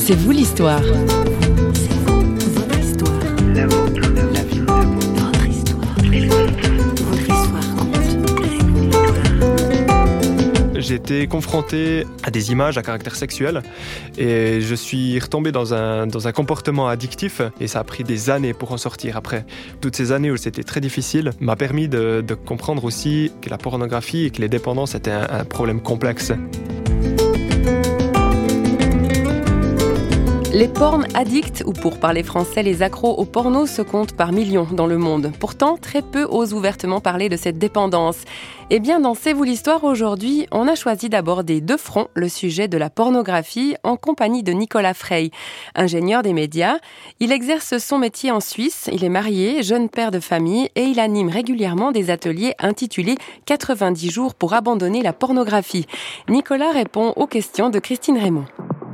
C'est vous l'histoire. C'est vous, votre histoire. La vôtre, la vie, votre histoire. Votre histoire compte. J'ai été confronté à des images à caractère sexuel et je suis retombé dans un comportement addictif et ça a pris des années pour en sortir après. Toutes ces années où c'était très difficile m'a permis de comprendre aussi que la pornographie et que les dépendances étaient un problème complexe. Les porn addicts, ou pour parler français, les accros au porno, se comptent par millions dans le monde. Pourtant, très peu osent ouvertement parler de cette dépendance. Eh bien, dans C'est vous l'histoire aujourd'hui, on a choisi d'aborder de front le sujet de la pornographie en compagnie de Nicolas Frey, ingénieur des médias. Il exerce son métier en Suisse, il est marié, jeune père de famille et il anime régulièrement des ateliers intitulés 90 jours pour abandonner la pornographie. Nicolas répond aux questions de Christine Raymond.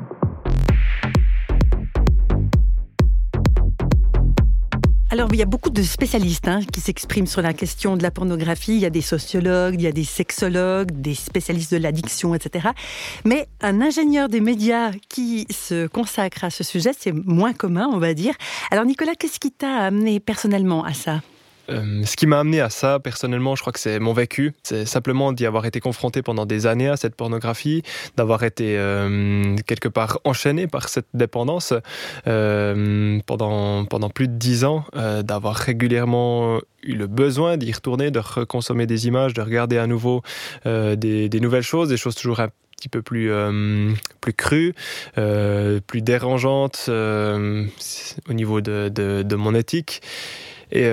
Alors, il y a beaucoup de spécialistes qui s'expriment sur la question de la pornographie. Il y a des sociologues, il y a des sexologues, des spécialistes de l'addiction, etc. Mais un ingénieur des médias qui se consacre à ce sujet, c'est moins commun, on va dire. Alors, Nicolas, qu'est-ce qui t'a amené personnellement à ça ? Ce qui m'a amené à ça, personnellement, je crois que c'est mon vécu. C'est simplement d'y avoir été confronté pendant des années à cette pornographie, d'avoir été quelque part enchaîné par cette dépendance pendant plus de 10 ans, d'avoir régulièrement eu le besoin d'y retourner, de reconsommer des images, de regarder à nouveau des nouvelles choses, des choses toujours un petit peu plus crues, plus dérangeantes au niveau de mon éthique. Et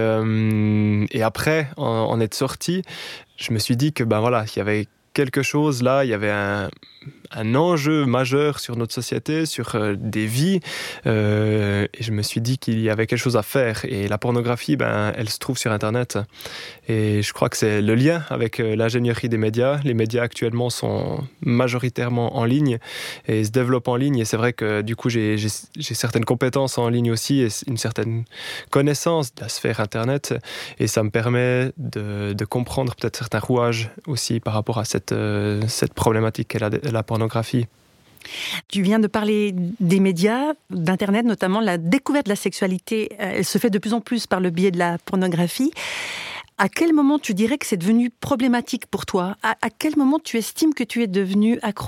après, en être sorti, je me suis dit que il y avait quelque chose là, il y avait un enjeu majeur sur notre société, sur des vies, et je me suis dit qu'il y avait quelque chose à faire. Et la pornographie, elle se trouve sur Internet. Et je crois que c'est le lien avec l'ingénierie des médias. Les médias actuellement sont majoritairement en ligne et se développent en ligne. Et c'est vrai que du coup, j'ai certaines compétences en ligne aussi et une certaine connaissance de la sphère Internet. Et ça me permet de comprendre peut-être certains rouages aussi par rapport à cette problématique qu'est la pornographie. Tu viens de parler des médias, d'Internet notamment. La découverte de la sexualité, elle se fait de plus en plus par le biais de la pornographie. À quel moment tu dirais que c'est devenu problématique pour toi ? À quel moment tu estimes que tu es devenu accro ?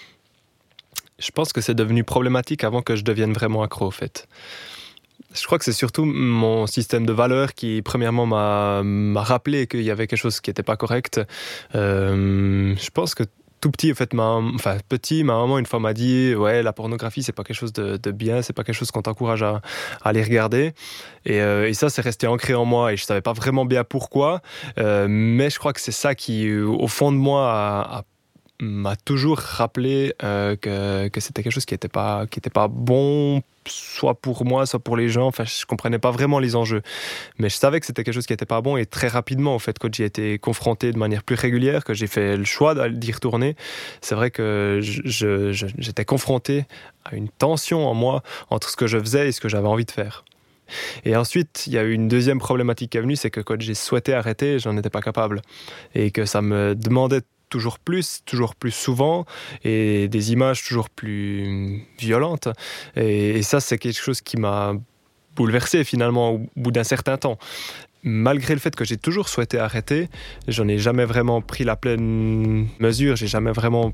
Je pense que c'est devenu problématique avant que je devienne vraiment accro, en fait. Je crois que c'est surtout mon système de valeurs qui, premièrement, m'a rappelé qu'il y avait quelque chose qui n'était pas correct. Je pense que tout petit, en fait, ma maman, une fois, m'a dit « Ouais, la pornographie, c'est pas quelque chose de bien, c'est pas quelque chose qu'on t'encourage à aller regarder. » Et ça, c'est resté ancré en moi et je savais pas vraiment bien pourquoi. Mais je crois que c'est ça qui, au fond de moi, m'a toujours rappelé que c'était quelque chose qui était pas bon, soit pour moi, soit pour les gens. Enfin, je comprenais pas vraiment les enjeux. Mais je savais que c'était quelque chose qui était pas bon et très rapidement, en fait, quand j'y ai été confronté de manière plus régulière, que j'ai fait le choix d'y retourner, c'est vrai que j'étais confronté à une tension en moi entre ce que je faisais et ce que j'avais envie de faire. Et ensuite, il y a eu une deuxième problématique qui est venue, c'est que quand j'ai souhaité arrêter, j'en étais pas capable. Et que ça me demandait toujours plus souvent, et des images toujours plus violentes. Et ça, c'est quelque chose qui m'a bouleversé finalement au bout d'un certain temps. Malgré le fait que j'ai toujours souhaité arrêter, j'en ai jamais vraiment pris la pleine mesure, j'ai jamais vraiment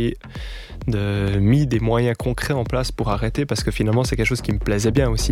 mis des moyens concrets en place pour arrêter, parce que finalement, c'est quelque chose qui me plaisait bien aussi.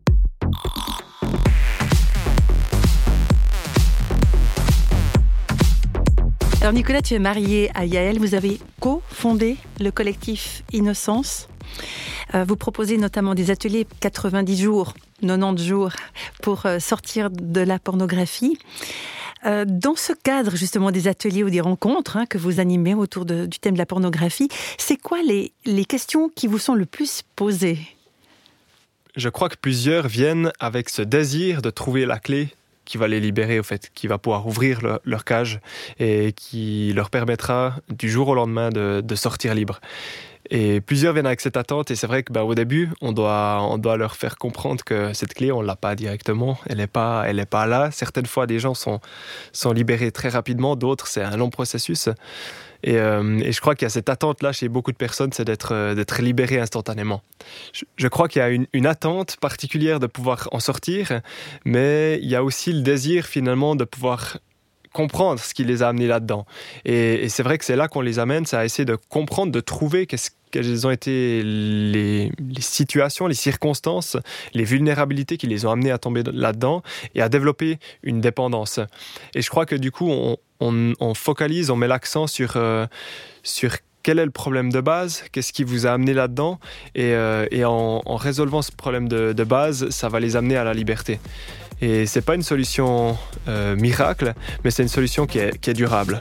Alors Nicolas, tu es marié à Yaël, vous avez co-fondé le collectif Innocence. Vous proposez notamment des ateliers 90 jours, 90 jours pour sortir de la pornographie. Dans ce cadre justement des ateliers ou des rencontres que vous animez autour du thème de la pornographie, c'est quoi les questions qui vous sont le plus posées ? Je crois que plusieurs viennent avec ce désir de trouver la clé qui va les libérer, au fait, qui va pouvoir ouvrir leur cage et qui leur permettra du jour au lendemain de sortir libre. Et plusieurs viennent avec cette attente, et c'est vrai que au début, on doit leur faire comprendre que cette clé, on l'a pas directement, elle est pas là. Certaines fois, des gens sont libérés très rapidement, d'autres, c'est un long processus. Et je crois qu'il y a cette attente-là chez beaucoup de personnes, c'est d'être libéré instantanément. Je crois qu'il y a une attente particulière de pouvoir en sortir, mais il y a aussi le désir finalement de pouvoir comprendre ce qui les a amenés là-dedans. Et c'est vrai que c'est là qu'on les amène, c'est à essayer de comprendre, de trouver quelles ont été les situations, les circonstances, les vulnérabilités qui les ont amenés à tomber là-dedans et à développer une dépendance. Et je crois que du coup, on focalise, on met l'accent sur quel est le problème de base, qu'est-ce qui vous a amené là-dedans, et en résolvant ce problème de base, ça va les amener à la liberté. Et c'est pas une solution miracle, mais c'est une solution qui est durable.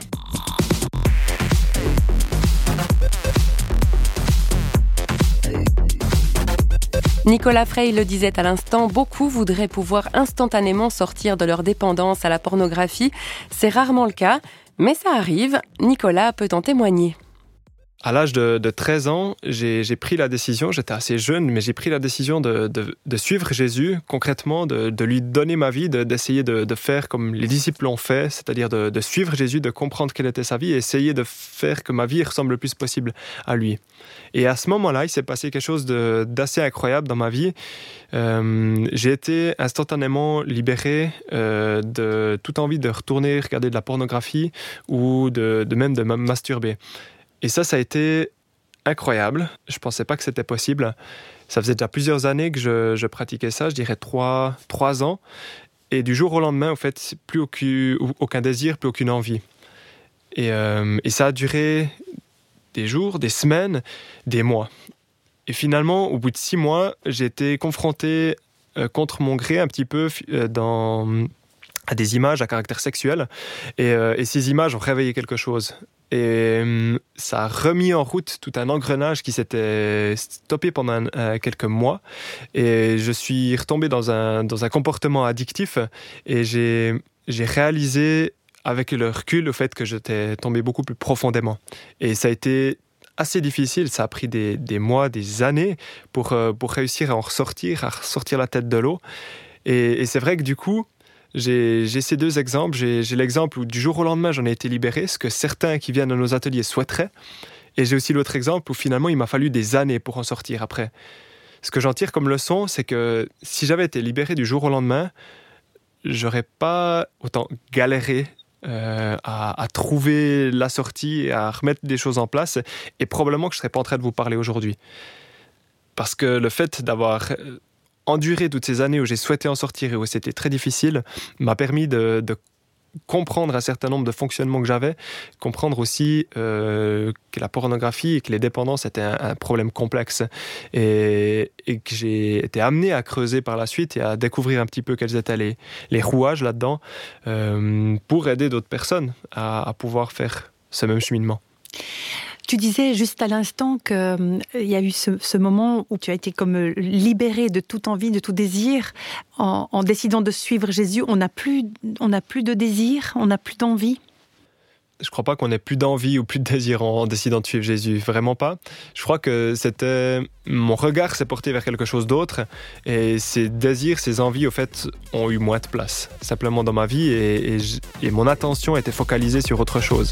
Nicolas Frey le disait à l'instant, beaucoup voudraient pouvoir instantanément sortir de leur dépendance à la pornographie. C'est rarement le cas, mais ça arrive. Nicolas peut en témoigner. À l'âge de 13 ans, j'ai pris la décision, j'étais assez jeune, mais j'ai pris la décision de suivre Jésus, concrètement, de lui donner ma vie, d'essayer de faire comme les disciples l'ont fait, c'est-à-dire de suivre Jésus, de comprendre quelle était sa vie et essayer de faire que ma vie ressemble le plus possible à lui. Et à ce moment-là, il s'est passé quelque chose d'assez incroyable dans ma vie. J'ai été instantanément libéré de toute envie de retourner regarder de la pornographie ou même de me masturber. Et ça a été incroyable. Je ne pensais pas que c'était possible. Ça faisait déjà plusieurs années que je pratiquais ça, je dirais 3 ans. Et du jour au lendemain, en fait, plus aucun désir, plus aucune envie. Et ça a duré des jours, des semaines, des mois. Et finalement, au bout de 6 mois, j'ai été confronté contre mon gré un petit peu à des images à caractère sexuel. Et ces images ont réveillé quelque chose. Et ça a remis en route tout un engrenage qui s'était stoppé pendant quelques mois. Et je suis retombé dans un comportement addictif. Et j'ai réalisé avec le recul au fait que j'étais tombé beaucoup plus profondément. Et ça a été assez difficile. Ça a pris des mois, des années pour réussir à en ressortir, à ressortir la tête de l'eau. Et c'est vrai que du coup, j'ai ces 2 exemples. J'ai l'exemple où du jour au lendemain, j'en ai été libéré, ce que certains qui viennent à nos ateliers souhaiteraient. Et j'ai aussi l'autre exemple où finalement, il m'a fallu des années pour en sortir après. Ce que j'en tire comme leçon, c'est que si j'avais été libéré du jour au lendemain, j'aurais pas autant galéré à trouver la sortie et à remettre des choses en place. Et probablement que je serais pas en train de vous parler aujourd'hui. Parce que le fait d'avoir endurer toutes ces années où j'ai souhaité en sortir et où c'était très difficile m'a permis de comprendre un certain nombre de fonctionnements que j'avais, comprendre aussi que la pornographie et que les dépendances étaient un problème complexe et que j'ai été amené à creuser par la suite et à découvrir un petit peu quels étaient les rouages là-dedans pour aider d'autres personnes à pouvoir faire ce même cheminement. Tu disais juste à l'instant qu'il y a eu ce moment où tu as été comme libéré de toute envie, de tout désir. En décidant de suivre Jésus, on n'a plus de désir, on n'a plus d'envie. Je ne crois pas qu'on ait plus d'envie ou plus de désir en décidant de suivre Jésus, vraiment pas. Je crois que mon regard s'est porté vers quelque chose d'autre et ces désirs, ces envies, au fait, ont eu moins de place, simplement dans ma vie et mon attention était focalisée sur autre chose.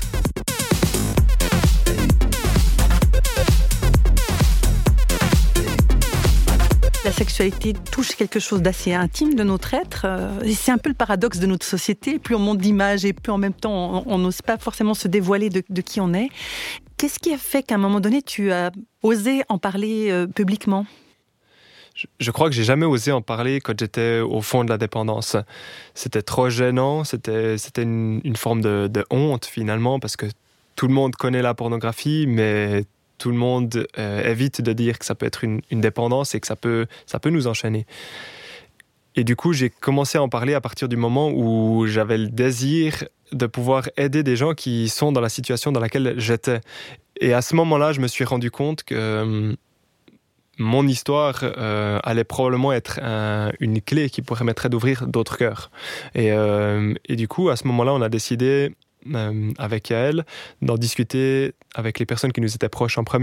La sexualité touche quelque chose d'assez intime de notre être. C'est un peu le paradoxe de notre société. Plus on monte d'images et plus en même temps on n'ose pas forcément se dévoiler de qui on est. Qu'est-ce qui a fait qu'à un moment donné tu as osé en parler publiquement ? Je crois que j'ai jamais osé en parler quand j'étais au fond de la dépendance. C'était trop gênant, c'était une forme de honte finalement parce que tout le monde connaît la pornographie, mais tout le monde évite de dire que ça peut être une dépendance et que ça peut nous enchaîner. Et du coup, j'ai commencé à en parler à partir du moment où j'avais le désir de pouvoir aider des gens qui sont dans la situation dans laquelle j'étais. Et à ce moment-là, je me suis rendu compte que mon histoire allait probablement être une clé qui permettrait d'ouvrir d'autres cœurs. Et du coup, à ce moment-là, on a décidé avec Yael, d'en discuter avec les personnes qui nous étaient proches en premier,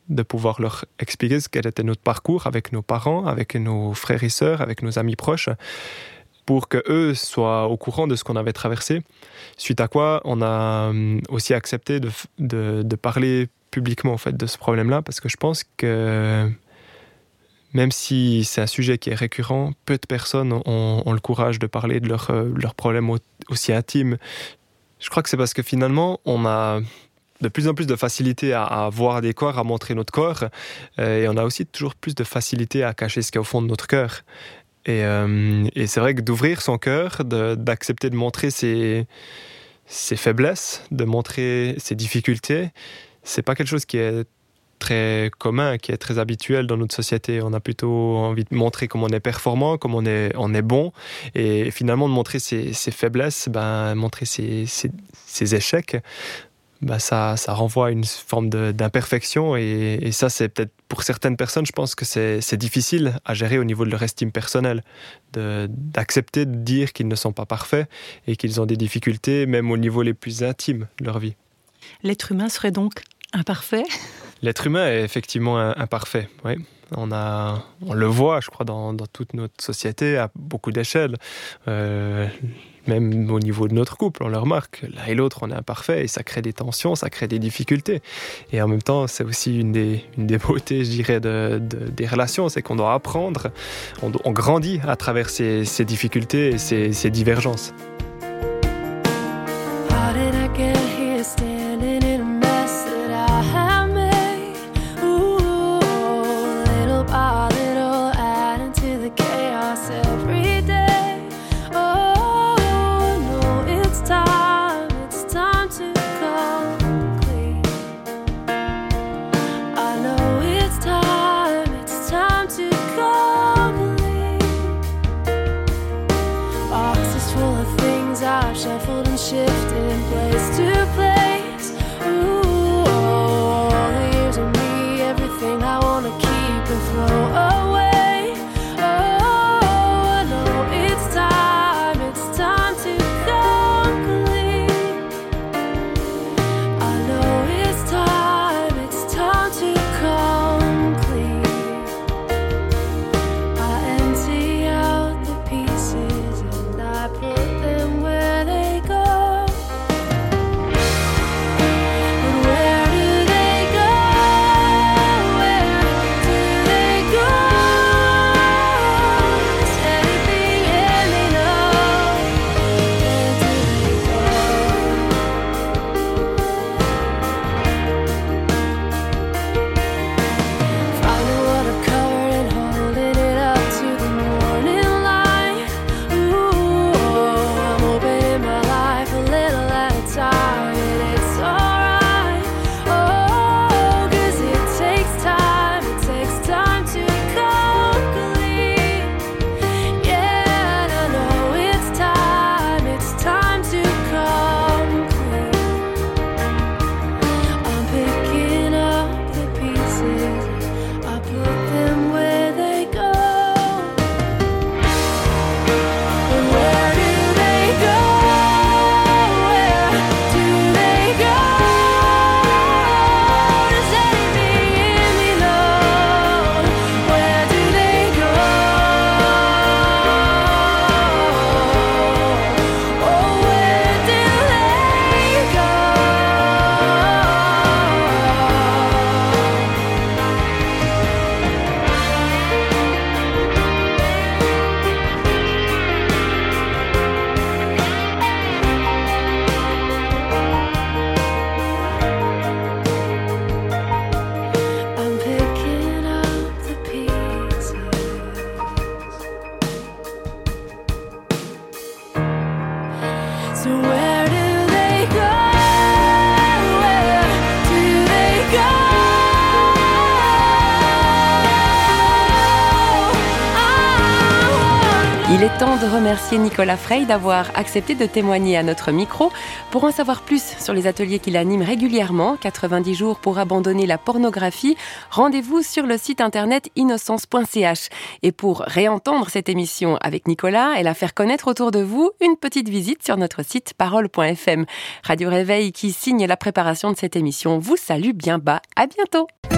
de pouvoir leur expliquer ce qu'était notre parcours avec nos parents, avec nos frères et sœurs, avec nos amis proches, pour qu'eux soient au courant de ce qu'on avait traversé. Suite à quoi, on a aussi accepté de parler publiquement en fait, de ce problème-là, parce que je pense que même si c'est un sujet qui est récurrent, peu de personnes ont le courage de parler de leurs problèmes aussi intimes. Je crois que c'est parce que finalement, on a de plus en plus de facilité à voir des corps, à montrer notre corps, et on a aussi toujours plus de facilité à cacher ce qu'il y a au fond de notre cœur. Et c'est vrai que d'ouvrir son cœur, d'accepter de montrer ses faiblesses, de montrer ses difficultés, c'est pas quelque chose qui est très commun, qui est très habituel dans notre société. On a plutôt envie de montrer comment on est performant, comment on est bon, et finalement de montrer ses faiblesses, montrer ses échecs, ça renvoie à une forme d'imperfection, et ça c'est peut-être pour certaines personnes, je pense que c'est difficile à gérer au niveau de leur estime personnelle, d'accepter de dire qu'ils ne sont pas parfaits et qu'ils ont des difficultés même au niveau les plus intimes de leur vie. L'être humain serait donc imparfait ? L'être humain est effectivement imparfait, oui. On le voit, je crois, dans toute notre société, à beaucoup d'échelles. Même au niveau de notre couple, on le remarque. L'un et l'autre, on est imparfait et ça crée des tensions, ça crée des difficultés. Et en même temps, c'est aussi une des beautés, je dirais, des relations. C'est qu'on doit apprendre, on grandit à travers ces difficultés et ces divergences. Shuffled and shifted place to place. Ooh, all the years of me, everything I wanna keep and throw away. Oh, I know it's time to come clean. I know it's time to come clean. I empty out the pieces and I put them where they go. And where do they go? Where do they go? Does anything in me know? Where do they go? Finding what I've covered and holding it up to the morning light. Ooh, I'm opening my life a little at a time, and it's alright. Oh, 'cause it takes time to come clean. Yeah, and I know it's time to come clean. I'm picking up the pieces, I put them where they go. And where do they go? Where do they go? Does anything in me know? Where do they go? Oh, where do they go? I'm picking up the pieces. So where do they go? Where do they go? Il est temps de remercier Nicolas Frey d'avoir accepté de témoigner à notre micro. Pour en savoir plus sur les ateliers qu'il anime régulièrement, 90 jours pour abandonner la pornographie, rendez-vous sur le site internet innocence.ch. Et pour réentendre cette émission avec Nicolas et la faire connaître autour de vous, une petite visite sur notre site parole.fm. Radio Réveil qui signe la préparation de cette émission vous salue bien bas. À bientôt.